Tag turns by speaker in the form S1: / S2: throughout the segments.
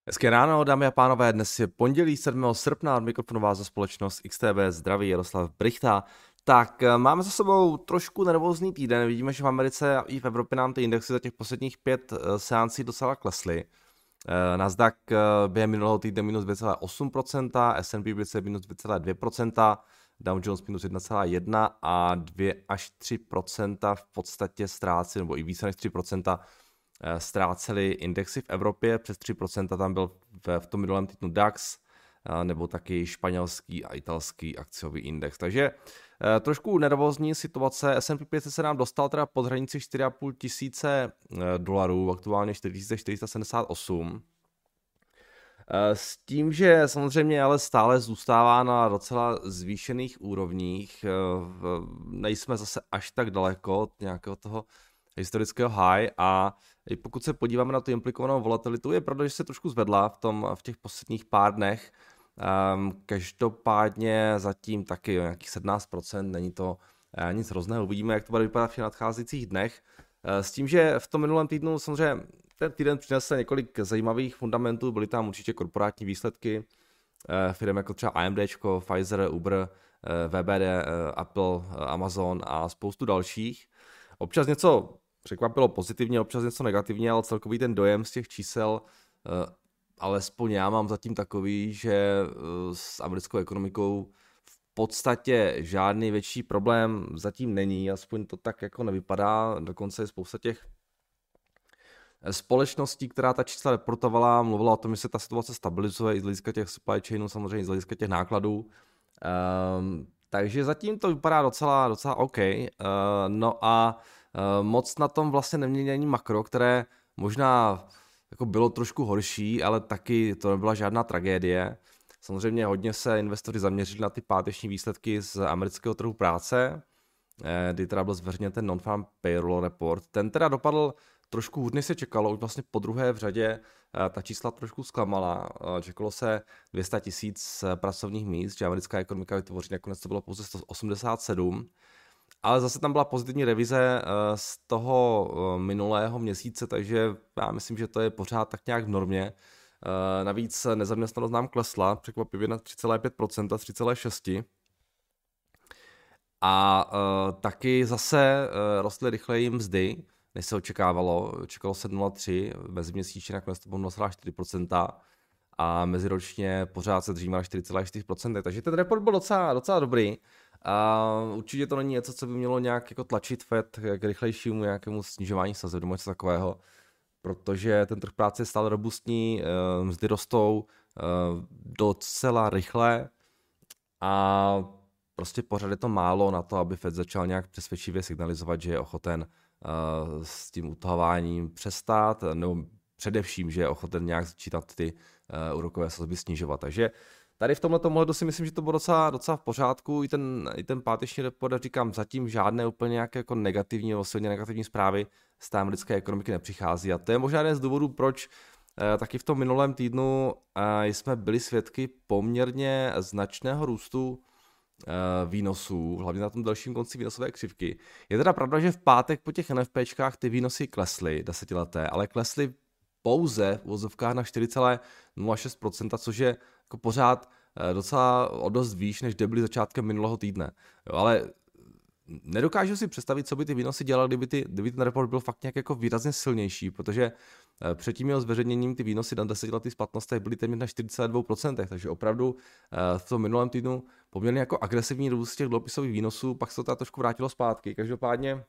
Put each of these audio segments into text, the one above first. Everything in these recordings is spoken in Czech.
S1: Hezké ráno, dámy a pánové, dnes je pondělí 7. srpna, od mikrofonu vás za společnost XTB zdraví Jaroslav Brichta. Tak máme za sebou trošku nervózní týden, vidíme, že v Americe i v Evropě nám ty indexy za těch posledních 5 seancí docela klesly. Nasdaq během minulého týdne minus 2,8%, S&P 500 minus 2,2%, Dow Jones minus 1,1% a 2 až 3% v podstatě ztrácí, nebo i více než 3% ztrácely indexy v Evropě, přes 3% tam byl v tom minulém týdnu DAX, nebo taky španělský a italský akciový index. Takže trošku nervózní situace. S&P 500 se nám dostal teda pod hranici 4,5 tisíce dolarů, aktuálně 4478. S tím, že samozřejmě ale stále zůstává na docela zvýšených úrovních, nejsme zase až tak daleko od nějakého toho historického high a i pokud se podíváme na tu implikovanou volatilitu, je pravda, že se trošku zvedla v těch posledních pár dnech. Každopádně zatím taky o nějakých 17%, není to nic hrozného. Uvidíme, jak to bude vypadat v těch nadcházejících dnech. S tím, že v tom minulém týdnu samozřejmě ten týden přinesl několik zajímavých fundamentů, byly tam určitě korporátní výsledky firm jako třeba AMDčko, Pfizer, Uber, VBD, Apple, Amazon a spoustu dalších. Občas něco překvapilo pozitivně, občas něco negativně, ale celkový ten dojem z těch čísel, alespoň já mám zatím takový, že s americkou ekonomikou v podstatě žádný větší problém zatím není, aspoň to tak jako nevypadá, dokonce je spousta těch společností, která ta čísla reportovala, mluvila o tom, že se ta situace stabilizuje i z hlediska těch supply chainů, samozřejmě z hlediska těch nákladů. Takže zatím to vypadá docela OK. No a moc na tom vlastně nemění ani makro, které možná jako bylo trošku horší, ale taky to nebyla žádná tragédie. Samozřejmě hodně se investoři zaměřili na ty páteční výsledky z amerického trhu práce, kdy teda byl zveřejněn ten non-farm payroll report. Ten teda dopadl trošku hůř, než se čekalo, už vlastně po druhé v řadě ta čísla trošku zklamala. Čekalo se 200 000 pracovních míst, že americká ekonomika vytvoří, nakonec to bylo pouze 187. Ale zase tam byla pozitivní revize z toho minulého měsíce, takže já myslím, že to je pořád tak nějak v normě. Navíc nezaměstnanost nám klesla překvapivě na 3,5% z 3,6%. A taky zase rostly rychleji mzdy, než se očekávalo. Čekalo se 0,3, meziměsíčně nakonec to bylo 0,4% a meziročně pořád se držíme na 4,4%, takže ten report byl docela dobrý. A určitě to není něco, co by mělo nějak jako tlačit Fed k rychlejšímu nějakému snižování sazeb nebo něco takového, protože ten trh práce je stále robustní, mzdy rostou docela rychle a prostě pořád je to málo na to, aby Fed začal nějak přesvědčivě signalizovat, že je ochoten s tím utahováním přestát, nebo především, že je ochoten nějak začít ty úrokové sazby snižovat. Takže tady v tomhle ohledu si myslím, že to bylo docela v pořádku. I ten páteční report, říkám, zatím žádné úplně nějaké jako negativní nebo silně negativní zprávy z té americké ekonomiky nepřichází. A to je možná jeden z důvodů, proč taky v tom minulém týdnu jsme byli svědky poměrně značného růstu výnosů, hlavně na tom dalším konci výnosové křivky. Je teda pravda, že v pátek po těch NFPčkách ty výnosy klesly desetileté, ale klesly pouze v uvozovkách na 4,06%, což je jako pořád docela o dost výš, než kde byly začátkem minulého týdne. Jo, ale nedokážu si představit, co by ty výnosy dělaly, kdyby ten report byl fakt nějak jako výrazně silnější, protože před tím jeho zveřejněním ty výnosy na desetiletých splatnostech byly téměř na 4,2%, takže opravdu v tom minulém týdnu poměrně jako agresivní růst těch dluhopisových výnosů, pak se to teda trošku vrátilo zpátky. Každopádně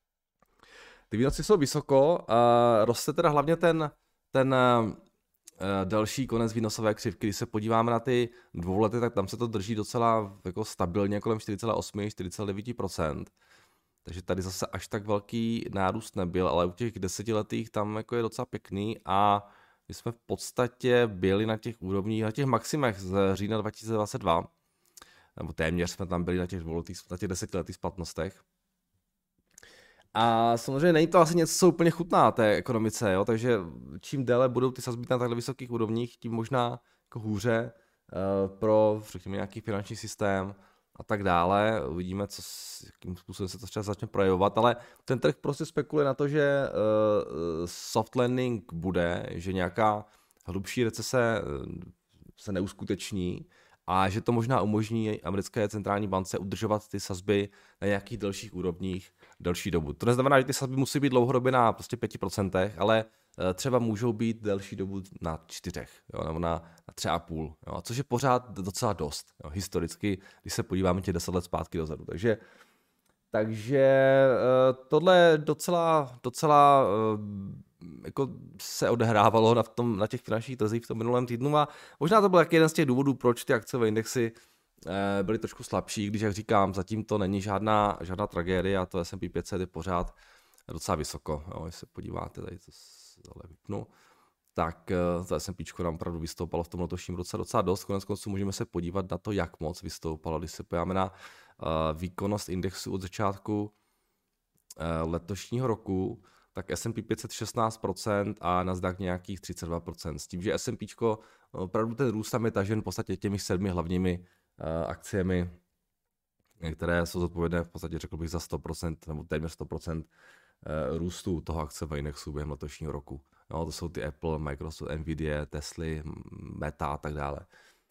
S1: ty výnosy jsou vysoko, roste teda hlavně ten další konec výnosové křivky. Když se podíváme na ty dvoulety, tak tam se to drží docela jako stabilně kolem 4,8-4,9%. Takže tady zase až tak velký nárůst nebyl, ale u těch desetiletých tam jako je docela pěkný a my jsme v podstatě byli na těch úrovních, na těch maximech z října 2022, nebo téměř jsme tam byli na těch desetiletých splatnostech. A samozřejmě není to asi něco, co úplně chutná té ekonomice, jo? Takže čím déle budou ty sazby na takhle vysokých úrovních, tím možná jako hůře pro řekněme, nějaký finanční systém a tak dále. Uvidíme, jakým způsobem se to třeba začne projevovat, ale ten trh prostě spekuluje na to, že soft landing bude, že nějaká hlubší recese se neuskuteční a že to možná umožní americké centrální bance udržovat ty sazby na nějakých delších úrovních delší dobu. To neznamená, že ty sazby musí být dlouhodobě na prostě 5%, ale třeba můžou být delší dobu na 4, jo, nebo na 3,5, jo, což je pořád docela dost, jo, historicky, když se podíváme těch 10 let zpátky dozadu. Takže tohle docela jako se odehrávalo na těch finančních trzích v tom minulém týdnu a možná to byl taky jeden z těch důvodů, proč ty akciové indexy byly trošku slabší, když, jak říkám, zatím to není žádná tragédie a to S&P 500 je pořád docela vysoko. Jo, když se podíváte, tady to vypnu, tak to S&P nám opravdu vystoupalo v tom letošním roce docela dost. Koneckonců můžeme se podívat na to, jak moc vystoupalo, když se podíváme na výkonnost indexu od začátku letošního roku, tak S&P 500 16% a Nasdaq nějakých 32%. S tím, že S&P opravdu ten růst tam je tažen v podstatě těmi 7 hlavními akciemi, které jsou zodpovědné v podstatě, řekl bych, za 100% nebo téměř 100% růstu toho akciového indexu během letošního roku. No, to jsou ty Apple, Microsoft, Nvidia, Tesly, Meta a tak dále.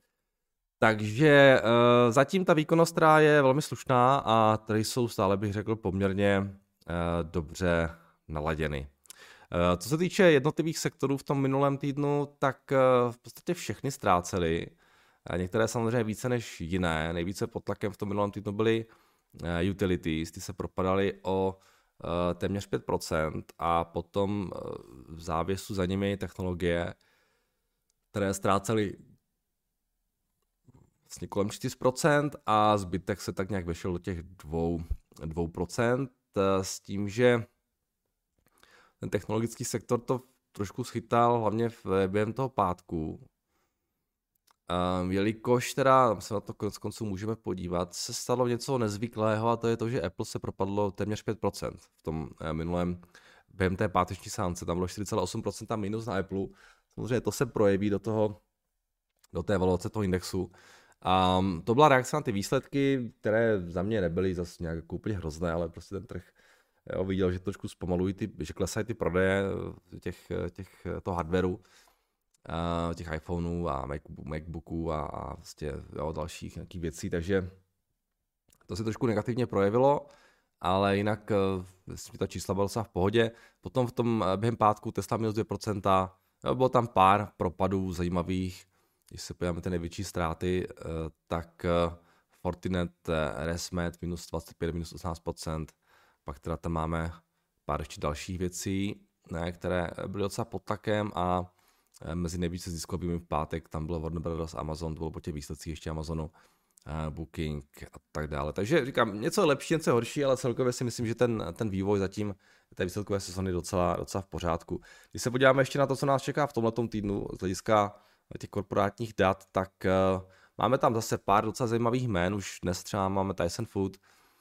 S1: Takže zatím ta výkonnost, která je velmi slušná a tady jsou stále, bych řekl, poměrně dobře naladěny. Co se týče jednotlivých sektorů v tom minulém týdnu, tak v podstatě všechny ztrácely. Některé samozřejmě více než jiné. Nejvíce pod tlakem v tom minulém týdnu byly utilities, ty se propadaly o téměř 5% a potom v závěsu za nimi technologie, které ztrácely vlastně kolem 4% a zbytek se tak nějak vešel do těch 2% s tím, že ten technologický sektor to trošku schytal hlavně během toho pátku. Jelikož teda, se na to konec konců můžeme podívat, se stalo něco nezvyklého a to je to, že Apple se propadlo téměř 5% v tom minulém, během té páteční sánce, tam bylo 4,8% minus na Apple. Samozřejmě to se projeví do té evaluace toho indexu. To byla reakce na ty výsledky, které za mě nebyly zase nějak úplně hrozné, ale prostě ten trh viděl, že trošku zpomalují, že klesají ty prodeje toho hardwareu, těch iPhoneů a Macbooků a vlastně dalších nějakých věcí, takže to se trošku negativně projevilo, ale jinak ta čísla byla docela v pohodě. Potom v tom během pátku Tesla minus 2%, bylo tam pár propadů zajímavých, když se podíváme ty největší ztráty, tak Fortinet, ResMed minus 25, minus 18%, pak teda tam máme pár ještě dalších věcí, které byly docela pod tlakem a mezi nejvíce ziskovými v pátek tam bylo Warner Brothers, Amazon, to bylo po těch výsledcích ještě Amazonu, Booking a tak dále. Takže říkám, něco lepší, něco horší, ale celkově si myslím, že ten vývoj zatím té výsledkové sezony docela v pořádku. Když se podíváme ještě na to, co nás čeká v tomhletom týdnu z hlediska těch korporátních dat, tak máme tam zase pár docela zajímavých jmén, už dnes třeba máme Tyson Food,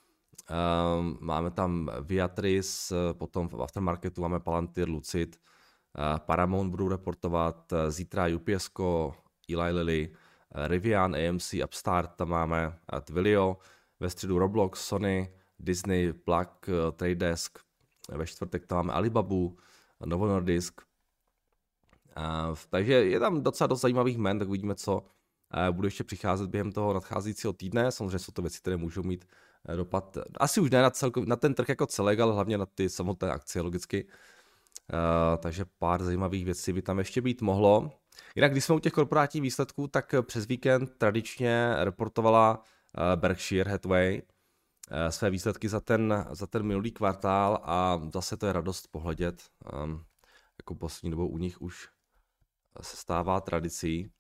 S1: máme tam Viatris, potom v aftermarketu máme Palantir, Lucid, Paramount budou reportovat, zítra UPS, Eli Lilly, Rivian, AMC, Upstart, tam máme Twilio, ve středu Roblox, Sony, Disney, Plug, Trade Desk, ve čtvrtek tam máme Alibabu, Novo Nordisk, takže je tam docela dost zajímavých jmen, tak uvidíme, co bude ještě přicházet během toho nadcházejícího týdne. Samozřejmě jsou to věci, které můžou mít dopad, asi už ne na ten trh jako celek, ale hlavně na ty samotné akcie logicky. Takže pár zajímavých věcí by tam ještě být mohlo. Jinak, když jsme u těch korporátních výsledků, tak přes víkend tradičně reportovala Berkshire Hathaway své výsledky za ten minulý kvartál a zase to je radost pohledět. Jako poslední dobou u nich už se stává tradicí.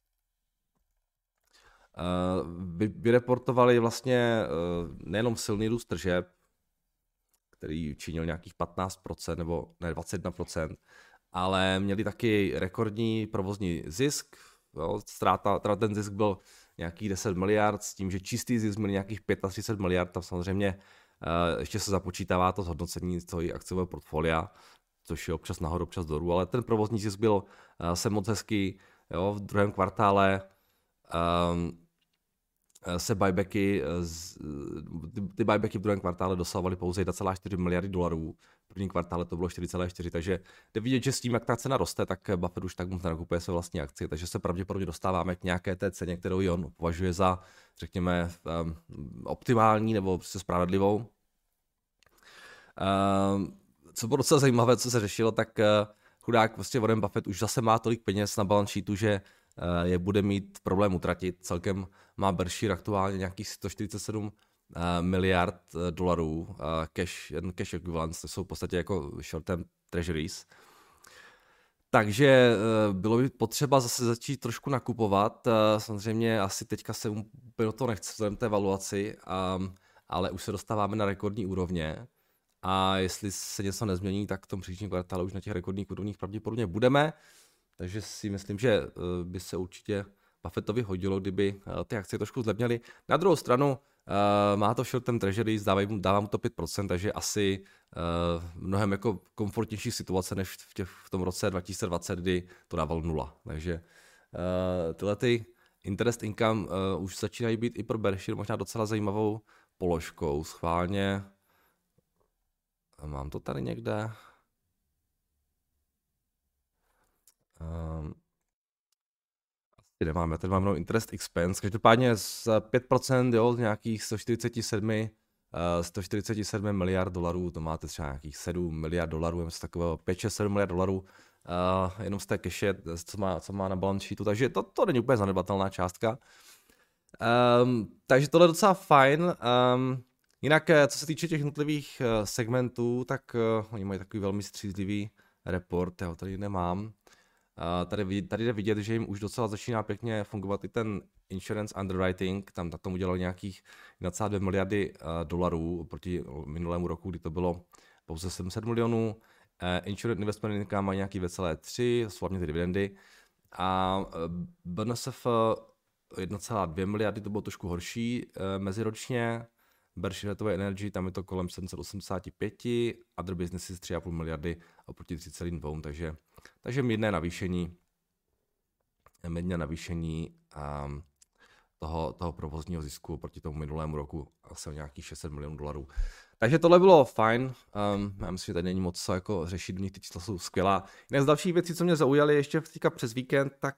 S1: Vyreportovali vlastně nejenom silný růst tržeb, který činil nějakých 15% nebo ne 21%, ale měli taky rekordní provozní zisk. Jo, ten zisk byl nějakých 10 miliard, s tím, že čistý zisk měl nějakých 35 miliard, tam samozřejmě ještě se započítává to zhodnocení toho akciového portfolia, což je občas nahoru, občas dolů, ale ten provozní zisk byl se moc hezký, jo, v druhém kvartále se buybacky, ty buybacky v druhém kvartále dosahovaly pouze 1,4 miliardy dolarů. V prvním kvartále to bylo 4,4, takže jde vidět, že s tím, jak ta cena roste, tak Buffett už tak moc nakupuje své vlastní akcie, takže se pravděpodobně dostáváme k nějaké té ceně, kterou i on považuje za, řekněme, optimální nebo prostě spravedlivou. Co bylo docela zajímavé, co se řešilo, tak chudák prostě Warren Buffett už zase má tolik peněz na balance sheetu, že je bude mít problém utratit. Celkem má Berkshire aktuálně nějakých 147 miliard dolarů cash equivalents, to jsou v podstatě jako short-term treasuries. Takže bylo by potřeba zase začít trošku nakupovat. Samozřejmě asi teďka se úplně to nechce vzhledem té valuaci, ale už se dostáváme na rekordní úrovně. A jestli se něco nezmění, tak v tom příštím kvartále už na těch rekordních úrovních pravděpodobně budeme. Takže si myslím, že by se určitě Buffettovi hodilo, kdyby ty akcie trošku zlevněly. Na druhou stranu má to short-term treasury, dává mu to 5%, takže asi mnohem jako komfortnější situace než v tom roce 2020, kdy to dával 0. Takže tyhle ty interest income už začínají být i pro Berkshire možná docela zajímavou položkou. Schválně mám to tady někde. Asi nemám, já tady mám jenom interest expense, každopádně z 5%, jo, z nějakých 147 miliard dolarů, to máte třeba nějakých 7 miliard dolarů, něco takového, 5-6-7 miliard dolarů, jenom z té cache, co má na balance sheetu, takže to není úplně zanedbatelná částka. Takže tohle je docela fajn. Jinak, co se týče těch jednotlivých segmentů, tak oni mají takový velmi střízlivý report, já ho tady nemám. Tady jde vidět, že jim už docela začíná pěkně fungovat i ten insurance underwriting, tam na tom udělali nějakých 1,2 miliardy dolarů proti minulému roku, kdy to bylo pouze 700 milionů. Insurance investment income má nějaký 2,3, jsou hlavně ty dividendy. A BNSF 1,2 miliardy, to bylo trošku horší meziročně. Berkshire Hathaway Energy, tam je to kolem 785, other businesses 3,5 miliardy oproti 3,2, takže mírné navýšení toho provozního zisku proti tomu minulému roku asi o nějakých 600 milionů dolarů. Takže tohle bylo fajn, já myslím, že tady není moc co jako řešit, ty čísla jsou skvělá. Jinak z dalších věcí, co mě zaujaly ještě teďka přes víkend, tak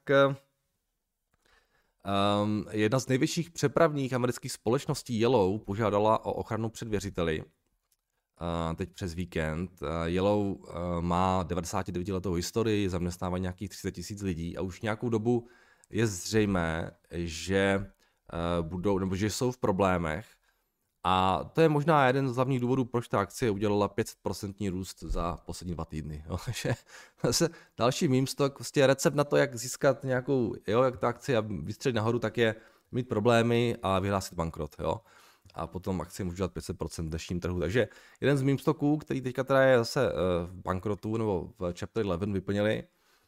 S1: jedna z největších přepravních amerických společností Yellow požádala o ochranu před věřiteli. Teď přes víkend. Yellow má 99letou historii, zaměstnává nějakých 30 000 lidí a už nějakou dobu je zřejmé, že že jsou v problémech. A to je možná jeden z hlavních důvodů, proč ta akcie udělala 500% růst za poslední 2 týdny. Jo. Takže zase další meme stock, prostě recept na to, jak získat nějakou, jak ta akcie vystřelit nahoru, tak je mít problémy a vyhlásit bankrot. Jo. A potom akcie můžu dát 500% v dnešním trhu. Takže jeden z meme stocků, který teďka teda je zase v bankrotu nebo v Chapter 11 vyplnili.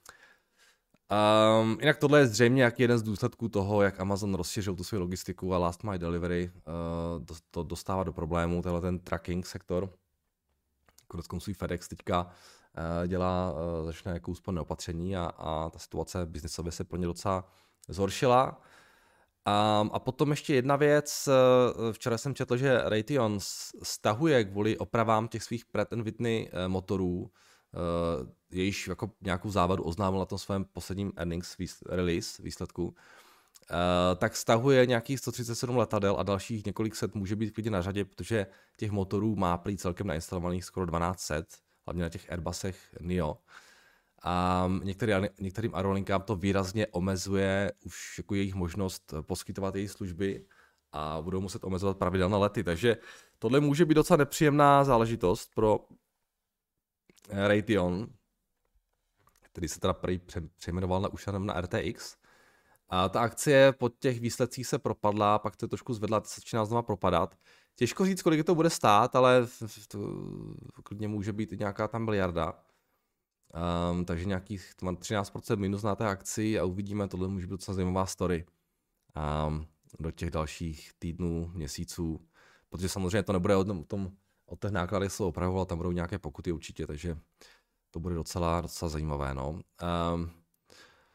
S1: Jinak tohle je zřejmě jak jeden z důsledků toho, jak Amazon rozšířil tu svou logistiku a last mile delivery to dostává do problému, tenhle ten tracking sektor. Koneckonců FedEx teďka začne jako úsporné opatření a ta situace biznisově se pro ně docela zhoršila. A potom ještě jedna věc, včera jsem četl, že Raytheon stahuje kvůli opravám těch svých Pratt & Whitney motorů, jejíž jako nějakou závadu oznámil na tom svém posledním earnings release výsledku, tak stahuje nějakých 137 letadel a dalších několik set může být klidně na řadě, protože těch motorů má prý celkem nainstalovaných skoro 1200, hlavně na těch Airbusech NEO. A některým aerolinkám to výrazně omezuje už jako jejich možnost poskytovat jejich služby a budou muset omezovat pravidelné lety. Takže tohle může být docela nepříjemná záležitost pro Raytheon, který se teda přejmenoval už jenom na RTX. A ta akcie po těch výsledcích se propadla, pak to trošku zvedla, se začíná znova propadat. Těžko říct, kolik to bude stát, ale to klidně může být i nějaká tam miliarda. Takže nějakých 13% minus na té akci a uvidíme, tohle může být docela zajímavá story do těch dalších týdnů, měsíců, protože samozřejmě to nebude o těch nákladech se opravovat, tam budou nějaké pokuty určitě, takže to bude docela zajímavé. No.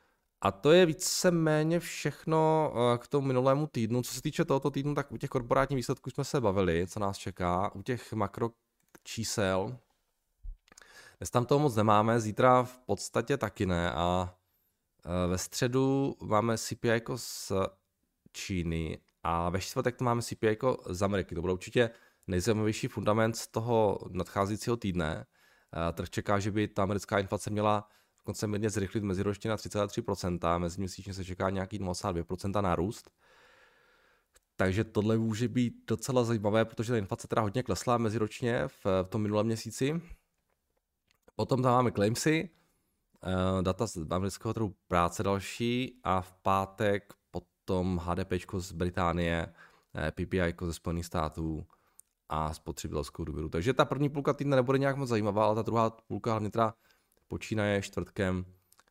S1: A to je víceméně všechno k tomu minulému týdnu. Co se týče tohoto týdnu, tak u těch korporátních výsledků jsme se bavili, co nás čeká. U těch makro čísel dnes tam toho moc nemáme, zítra v podstatě taky ne. A ve středu máme CPI z Číny a ve čtvrtek to máme CPI z Ameriky. To bude určitě nejzajímavější fundament z toho nadcházejícího týdne. Trh čeká, že by ta americká inflace měla dokonce mírně zrychlit meziročně na 3,3%, meziměsíčně se čeká nějaký 0,2% nárůst. Takže tohle může být docela zajímavé, protože ta inflace teda hodně klesla meziročně v tom minulém měsíci. Potom tam máme claimsy, data z amerického trhu práce další a v pátek potom HDP z Británie, PPI ze Spojených států a spotřebitelskou důvěru. Takže ta první půlka týdne nebude nějak moc zajímavá, ale ta druhá půlka hlavně teda počínaje čtvrtkem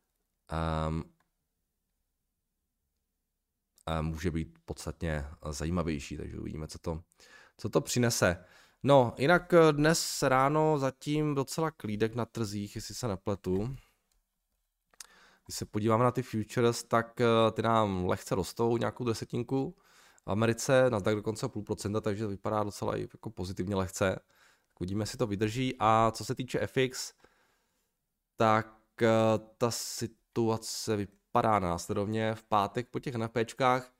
S1: může být podstatně zajímavější, takže uvidíme, co to přinese. No, jinak dnes ráno zatím docela klídek na trzích, jestli se nepletu. Když se podíváme na ty futures, tak ty nám lehce rostou nějakou desetinku. V Americe Nasdaq dokonce o 0,5%, takže to vypadá docela jako pozitivně lehce. Tak uvidíme, jestli to vydrží. A co se týče FX, tak ta situace vypadá následovně. V pátek po těch NFPčkách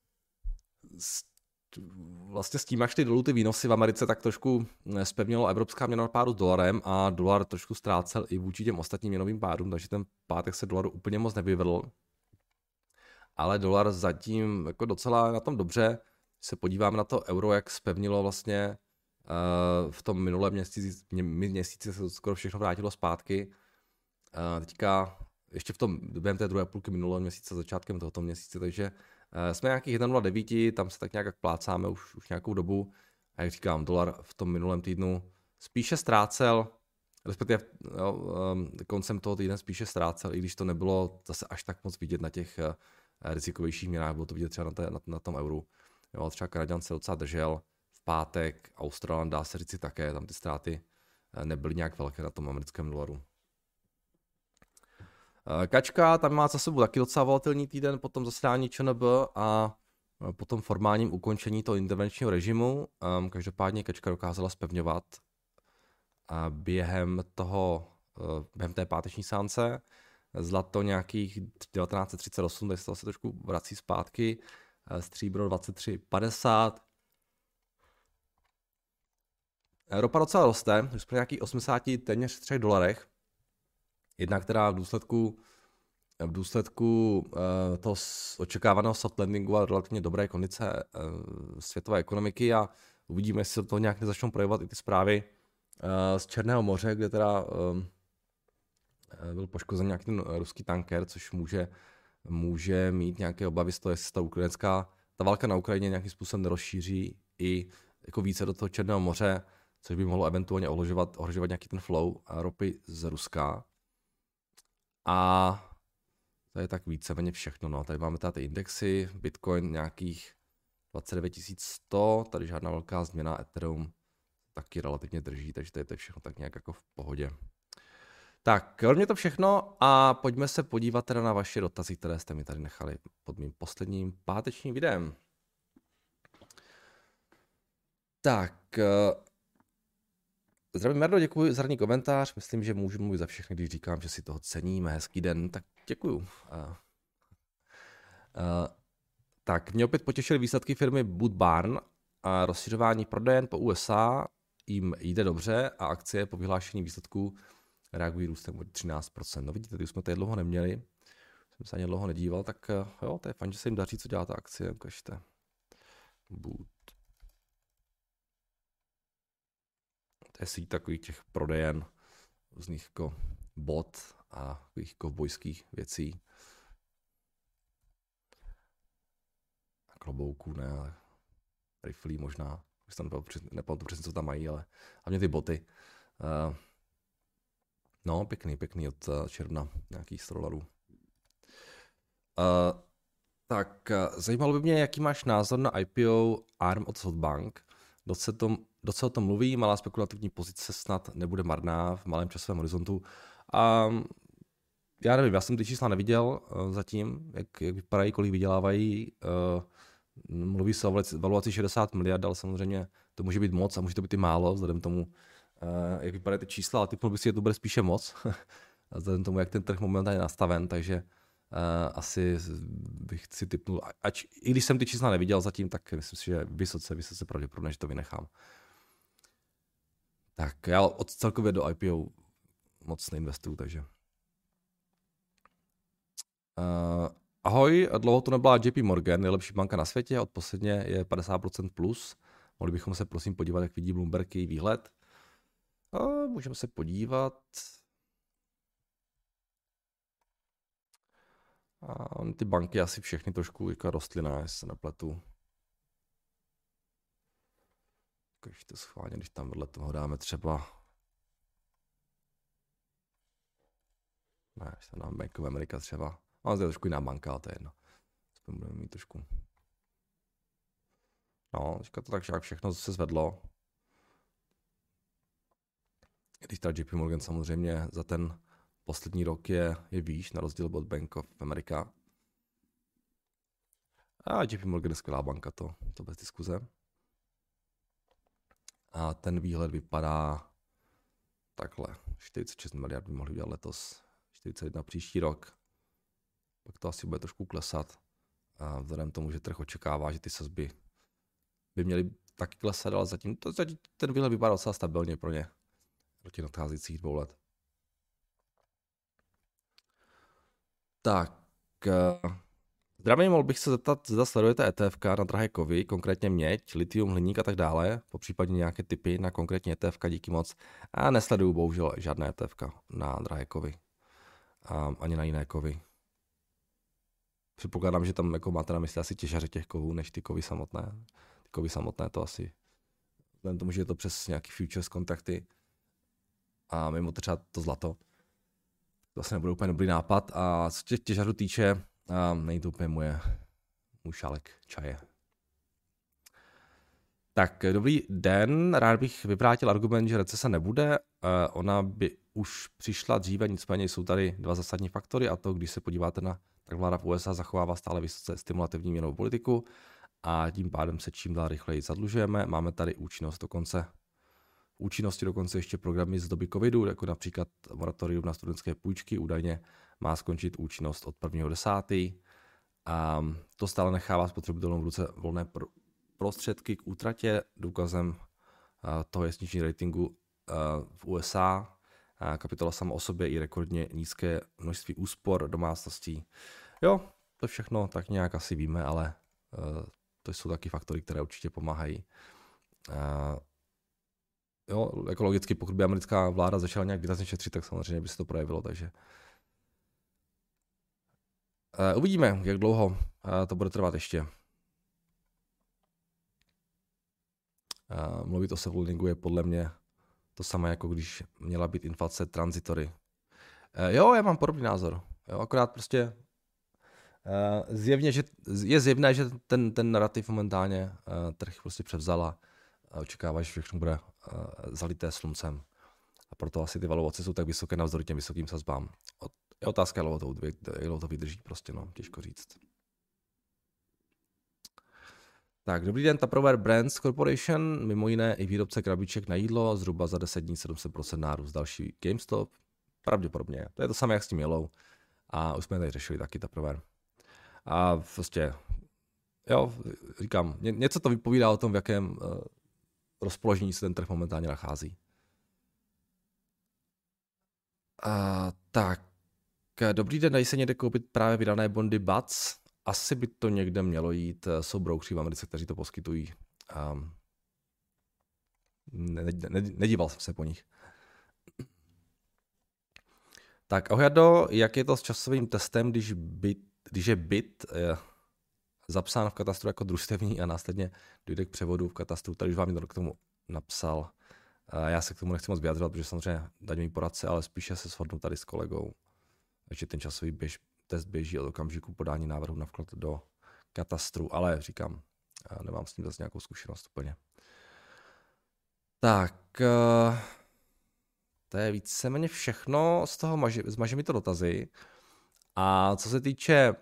S1: vlastně s tím, jak šly dolů ty výnosy v Americe, tak trošku zpevnilo evropská měnová páru s dolarem a dolar trošku ztrácel i vůči těm ostatním měnovým párům, takže ten pátek se dolaru úplně moc nevyvedl. Ale dolar zatím jako docela na tom dobře. Když se podíváme na to euro, jak zpevnilo vlastně v tom minulém měsíci se skoro všechno vrátilo zpátky. Teďka ještě v tom během té druhé půlky minulého měsíce, začátkem tohoto měsíce, takže jsme nějakých 1,09, tam se tak nějak plácáme už nějakou dobu. A jak říkám, dolar v tom minulém týdnu spíše ztrácel, respektive koncem toho týdne spíše ztrácel, i když to nebylo zase až tak moc vidět na těch rizikovějších měnách, bylo to vidět třeba na tom euru. Jo, třeba Kanaďan se docela držel v pátek, Australan dá se říci také, tam ty ztráty nebyly nějak velké na tom americkém dolaru. Kačka, tam má za sebou taky docela volatilní týden, potom zasedání ČNB a potom formálním ukončení toho intervenčního režimu. Každopádně Kačka dokázala zpevňovat během té páteční seance. Zlato nějakých 1938, takže se trošku vrací zpátky. Stříbro 23,50. Ropa docela roste, už jsme nějakých 80 téměř $3. Jednak teda v důsledku toho očekávaného soft landingu a relativně dobré kondice světové ekonomiky a uvidíme, jestli se to nějak nezačnou projevovat i ty zprávy z Černého moře, kde teda byl poškozen nějaký ten ruský tanker, což může mít nějaké obavy z toho, jestli ta válka na Ukrajině nějakým způsobem nerozšíří i jako více do toho Černého moře, což by mohlo eventuálně ohrožovat nějaký ten flow ropy z Ruska. A to je tak víceméně všechno. No. Tady máme ty indexy, Bitcoin nějakých 29 100, tady žádná velká změna, Ethereum taky relativně drží, takže to je všechno tak nějak jako v pohodě. Tak, kromě to všechno a pojďme se podívat teda na vaše dotazy, které jste mi tady nechali pod mým posledním pátečním videem. Tak, zdravím Merdo, děkuji za ranní komentář, myslím, že můžu mluvit za všechny, když říkám, že si toho ceníme, hezký den, tak děkuju. Tak, mě opět potěšily výsledky firmy Boot Barn a rozšiřování prodejen po USA jim jde dobře a akcie po vyhlášení výsledků reagují růstem o 13%. No vidíte, když jsme tady dlouho neměli, jsem se ani dlouho nedíval, tak jo, to je fajn, že se jim daří, co dělá ta akcie, ukažte. Boot. To je síť takových těch prodejen, různých jako bot a takových kovbojských věcí. A klobouků, ne, ale riflí možná. Už tam nepamatuji přesně, co tam mají, ale hlavně ty boty. No, pěkný od června, nějakých $100. Tak, zajímalo by mě, jaký máš názor na IPO ARM od SoftBank. Docela to mluví, malá spekulativní pozice snad nebude marná v malém časovém horizontu. já nevím, já jsem ty čísla neviděl zatím, jak vypadají, kolik vydělávají. Mluví se o valuaci 60 miliard, ale samozřejmě to může být moc a může to být i málo, vzhledem tomu, jak vypadají ty čísla, ale typnul bych si, že to bude spíše moc, vzhledem tomu, jak ten trh momentálně je nastaven, takže asi bych si typnul, i když jsem ty čísla neviděl zatím, tak myslím si, že vysoce pravděpodobně, že to vynechám. Tak já od celkově do IPO moc neinvestuju, takže. Ahoj, dlouho to nebyla JP Morgan, nejlepší banka na světě, od posledně je 50% plus. Mohli bychom se prosím podívat, jak vidí Bloomberg její výhled. Můžeme se podívat. Ty banky asi všechny trošku jako rostlina, jestli se nepletu. Když to schválně, když tam vedle toho dáme třeba... Ne, když tam dáme Bank of America třeba. Ale to je trošku jiná banka, ale to je jedno. Aspoň budeme mít trošku... No, to tak všechno se zvedlo. Když ta JP Morgan samozřejmě za ten poslední rok je výš, na rozdíl od Bank of America. A JP Morgan je skvělá banka, to bez diskuze. A ten výhled vypadá takhle. 46 miliard by mohli udělat letos, 41 příští rok. Pak to asi bude trošku klesat. A vzhledem tomu, že trh očekává, že ty sazby by měly taky klesat, ale zatím ten výhled vypadá docela stabilně pro ně do těch nadcházejících 2 let. Tak, zdravím, mohl bych se zeptat, zda sledujete ETF na drahé kovy, konkrétně měď, litium, hliník a tak dále, popřípadně nějaké tipy na konkrétní ETF, díky moc. A nesleduju bohužel žádné ETF na drahé kovy, ani na jiné kovy. Předpokládám, že tam jako máte na mysli asi těžaře těch kovů, než ty kovy samotné. Ty kovy samotné to asi, vzhledem tomu, že je to přes nějaký futures kontrakty a mimo třeba to zlato. To asi nebude úplně dobrý nápad a co těch těžařů týče, není to úplně můj šálek čaje. Tak, dobrý den, rád bych vyvrátil argument, že recese nebude. Ona by už přišla dříve, nicméně jsou tady 2 zásadní faktory a to, když se podíváte na, tak vláda v USA zachovává stále vysoce stimulativní měnovou politiku a tím pádem se čím dál rychleji zadlužujeme. Máme tady účinnosti dokonce ještě programy z doby covidu, jako například moratorium na studentské půjčky, údajně má skončit účinnost od 1.10. A to stále nechává spotřebitelům v ruce volné prostředky k útratě. Důkazem toho je snížení ratingu v USA. Kapitola sama o sobě i rekordně nízké množství úspor domácností. Jo, to všechno tak nějak asi víme, ale to jsou taky faktory, které určitě pomáhají. Jo, ekologicky, pokud by americká vláda začala nějak výrazně šetřit, tak samozřejmě by se to projevilo, takže uvidíme, jak dlouho to bude trvat ještě. Mluvit o self-loadingu je podle mě to samé, jako když měla být inflace tranzitory. Jo, já mám podobný názor. Jo, akorát prostě je zjevné, že ten narrativ momentálně trh prostě převzala a očekává, že všechno bude zalité sluncem. A proto asi ty valuace jsou tak vysoké navzdory těm vysokým sazbám. Je otázka, jak dlouho to vydrží, prostě no, těžko říct. Tak, dobrý den, Tupperware Brands Corporation, mimo jiné i výrobce krabiček na jídlo, zhruba za 10 dní 700% nárůst, další GameStop, pravděpodobně. To je to samé, jak s tím Yellow. A už jsme tady řešili taky Tupperware. A prostě, jo, říkám, něco to vypovídá o tom, v jakém rozpoložení se ten trh momentálně nachází. Tak, dobrý den, dají se někde koupit právě vydané bondy BATS? Asi by to někde mělo jít, jsou broukři v Americe, kteří to poskytují. Nedíval jsem se po nich. Tak, Ohjado, jak je to s časovým testem, když je byt zapsán v katastru jako družstevní a následně dojde k převodu v katastru, tady už vám někdo k tomu napsal. Já se k tomu nechci moc vyjadřovat, protože samozřejmě daňový poradce, ale spíše se shodnu tady s kolegou, že ten časový test běží od okamžiku podání návrhu na vklad do katastru, ale říkám, nemám s tím zase nějakou zkušenost úplně. Tak, to je víceméně všechno z toho, zmaže mi to dotazy. A co se týče,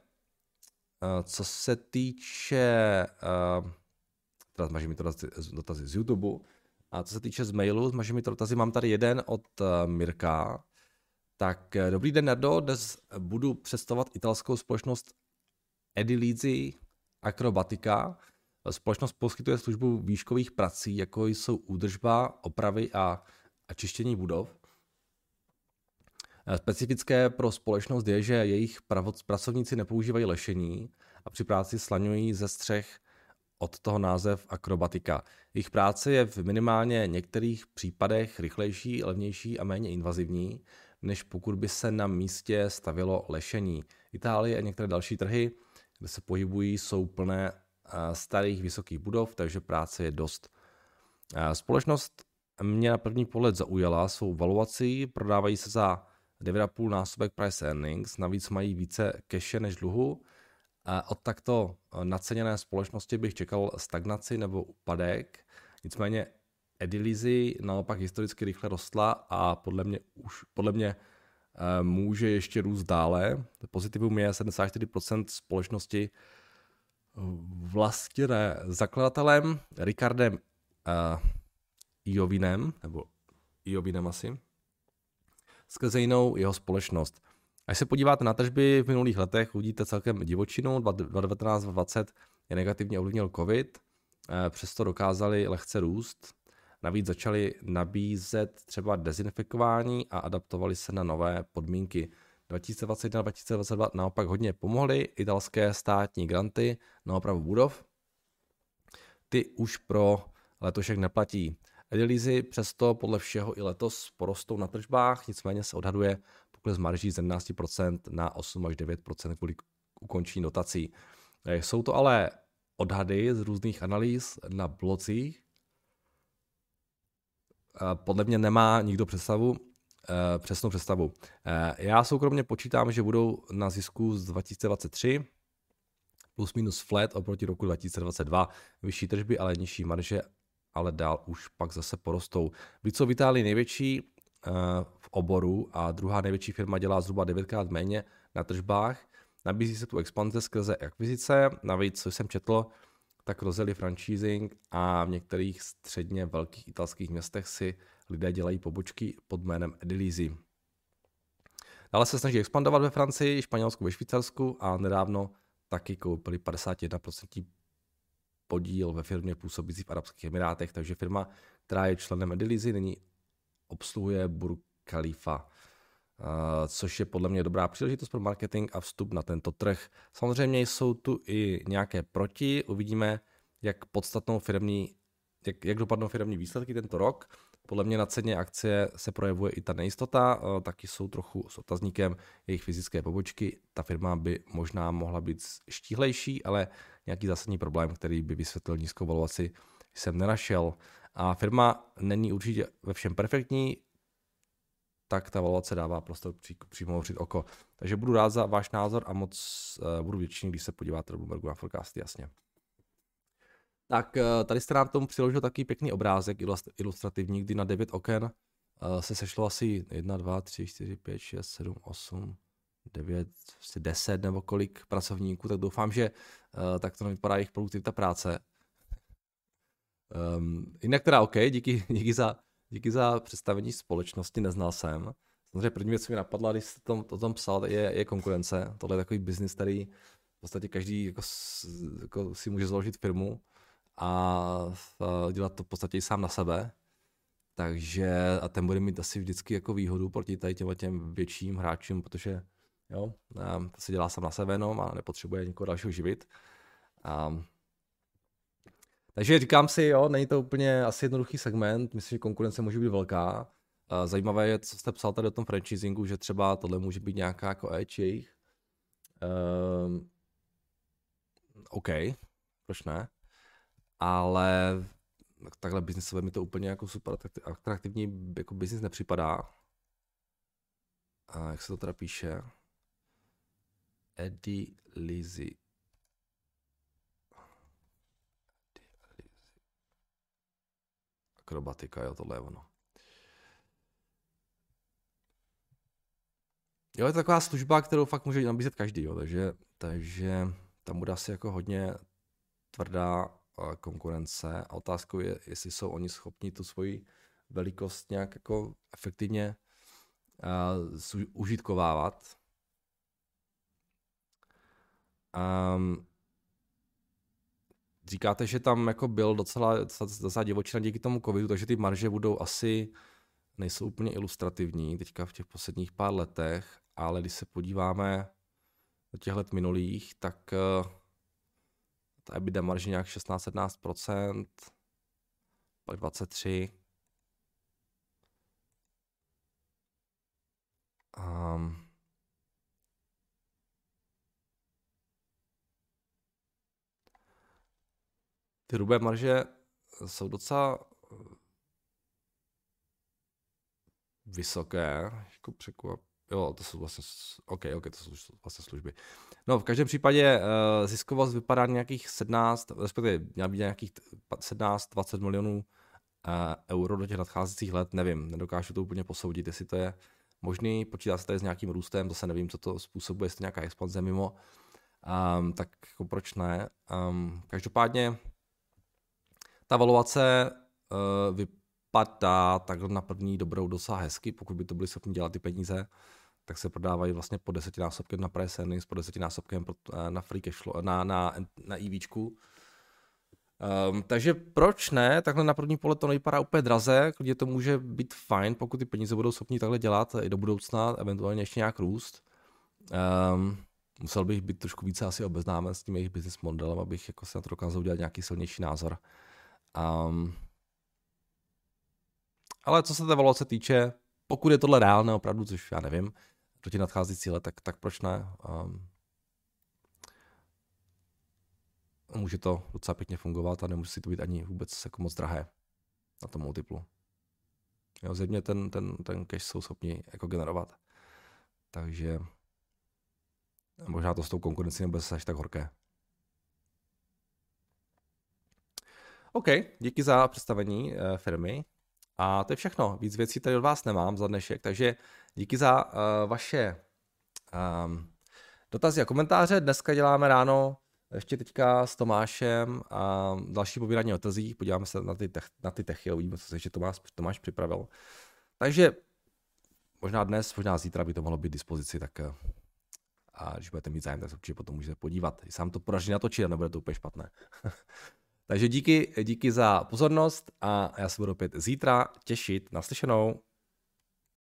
S1: teda zmaže mi to dotazy z YouTube, a co se týče z mailu, zmaže mi to dotazy, mám tady jeden od Mirka. Tak dobrý den, Nardo, dnes budu představovat italskou společnost Edilizzi Acrobatica. Společnost poskytuje službu výškových prací, jako jsou údržba, opravy a čištění budov. Specifické pro společnost je, že jejich pracovníci nepoužívají lešení a při práci slaňují ze střech, od toho název akrobatika. Jejich práce je v minimálně některých případech rychlejší, levnější a méně invazivní, než pokud by se na místě stavělo lešení. Itálie a některé další trhy, kde se pohybují, jsou plné starých vysokých budov, takže práce je dost. Společnost mě na první pohled zaujala svou valuací, prodávají se za 9,5 násobek price earnings, navíc mají více keše než dluhu. Od takto naceněné společnosti bych čekal stagnaci nebo úpadek, nicméně Edilizzi naopak historicky rychle rostla a podle mě může ještě růst dále. Pozitivum je 74% společnosti vlastněné zakladatelem Ricardem Iovinem, nebo Iovinem asi, skrze jinou jeho společnost. Až se podíváte na tržby v minulých letech, uvidíte celkem divočinu. 2019-2020 je negativně ovlivnil COVID, přesto dokázali lehce růst. Navíc začali nabízet třeba dezinfikování a adaptovali se na nové podmínky. 2021-2022 naopak hodně pomohly italské státní granty na opravu budov. Ty už pro letošek neplatí. Edilizzi přesto podle všeho i letos porostou na tržbách, nicméně se odhaduje pokles marží z 11% na 8 až 9% kvůli ukončení dotací. Jsou to ale odhady z různých analýz na blocích. Podle mě nemá nikdo přesnou představu. Já soukromně počítám, že budou na zisku z 2023 plus minus flat oproti roku 2022, vyšší tržby, ale nižší marže, ale dál už pak zase porostou. Víc jsou v Itálii největší v oboru a druhá největší firma dělá zhruba 9krát méně na tržbách. Nabízí se tu expanze skrze akvizice, navíc, co jsem četl, tak rozjeli franchising a v některých středně velkých italských městech si lidé dělají pobočky pod jménem Edilizzi. Dále se snaží expandovat ve Francii, Španělsku, ve Švýcarsku a nedávno taky koupili 51% podíl ve firmě působící v Arabských Emirátech, takže firma, která je členem Edilizzi, nyní obsluhuje Burj Khalifa, což je podle mě dobrá příležitost pro marketing a vstup na tento trh. Samozřejmě jsou tu i nějaké proti, uvidíme, jak dopadnou firemní výsledky tento rok. Podle mě na ceně akcie se projevuje i ta nejistota, taky jsou trochu s otazníkem jejich fyzické pobočky. Ta firma by možná mohla být štíhlejší, ale nějaký zásadní problém, který by vysvětlil nízkou valuaci, jsem nenašel. A firma není určitě ve všem perfektní, tak ta valuace dává prostor přijmout oko. Takže budu rád za váš názor a moc budu vděčný, když se podíváte do Bloombergu na forecasty, jasně. Tak tady jste nám tomu přiložil takový pěkný obrázek ilustrativní, kdy na 9 oken se sešlo asi 1, 2, 3, 4, 5, 6, 7, 8, 9, 10 nebo kolik pracovníků, tak doufám, že tak to nevypadá jejich produktivita práce. Jinak teda OK, díky za představení společnosti, neznal jsem. Samozřejmě první věc, co mi napadla, když jste o tom psal, je konkurence. Tohle je takový biznis, který v podstatě každý jako si může založit firmu a dělat to v podstatě i sám na sebe. Takže a ten bude mít asi vždycky jako výhodu proti tady těm větším hráčům, protože jo, to se dělá sám na sebe a nepotřebuje nikoho dalšího živit. Takže říkám si, jo, není to úplně asi jednoduchý segment, myslím, že konkurence může být velká. Zajímavé je, co jste psal tady o tom franchisingu, že třeba tohle může být nějaká jako edge jejich. OK, proč ne? Ale takhle biznisově mi to úplně jako super atraktivní jako biznis nepřipadá. A jak se to teda píše? Edilizzi. Akrobatika, jo, tohle je ono. Jo, je to taková služba, kterou fakt může nabízet každý, jo, takže tam bude asi jako hodně tvrdá konkurence a otázkou je, jestli jsou oni schopni tu svoji velikost nějak jako efektivně užitkovávat. Říkáte, že tam jako byl docela divočina díky tomu covidu, takže ty marže budou asi, nejsou úplně ilustrativní teďka v těch posledních pár letech, ale když se podíváme do těch let minulých, tak ta EBITDA marže nějak 16-17%, pak 23%. Ty hrubé marže jsou docela vysoké, jako jo, to jsou vlastně, to jsou vlastně služby. No, v každém případě ziskovost vypadá nějakých 17, respektive měla být nějakých 17-20 milionů euro do těch nadcházejících let, nevím, nedokážu to úplně posoudit, jestli to je možný, počítá se tady s nějakým růstem, to se nevím, co to způsobuje, jestli to nějaká expanze mimo, tak jako proč ne. Každopádně ta valuace vypadá takhle na první dobrou docela hezky, pokud by to byli schopni dělat ty peníze, tak se prodávají vlastně po 10násobkem na price earnings, po 10násobkem na free cash flow, na EVčku. Takže proč ne? Takhle na první pohled to nevypadá úplně draze, klidně to může být fajn, pokud ty peníze budou schopni takhle dělat i do budoucna, eventuálně ještě nějak růst. Musel bych být trošku více asi obeznámen s tím jejich business modelem, abych jako se na to dokázal udělat nějaký silnější názor. Ale co se té valuace týče, pokud je tohle reálné opravdu, což já nevím, do těch nadcházející let, tak proč ne? Může to docela pěkně fungovat a nemusí to být ani vůbec jako moc drahé na tom multiplu. Jo, zjevně ten cash jsou schopni jako generovat. Takže možná to s tou konkurencí nebude až tak horké. OK, díky za představení firmy. A to je všechno. Víc věcí tady od vás nemám za dnešek, takže díky za vaše dotazy a komentáře. Dneska děláme ráno ještě teďka s Tomášem a další pobírání otazí. Podíváme se na ty techy a uvidíme, co se ještě Tomáš připravil. Takže možná dnes, možná zítra by to mohlo být k dispozici, tak a když budete mít zájem, tak se určitě potom můžete podívat. I sám to podaří natočit a nebude to úplně špatné. Takže díky za pozornost a já se budu opět zítra těšit. Naslyšenou.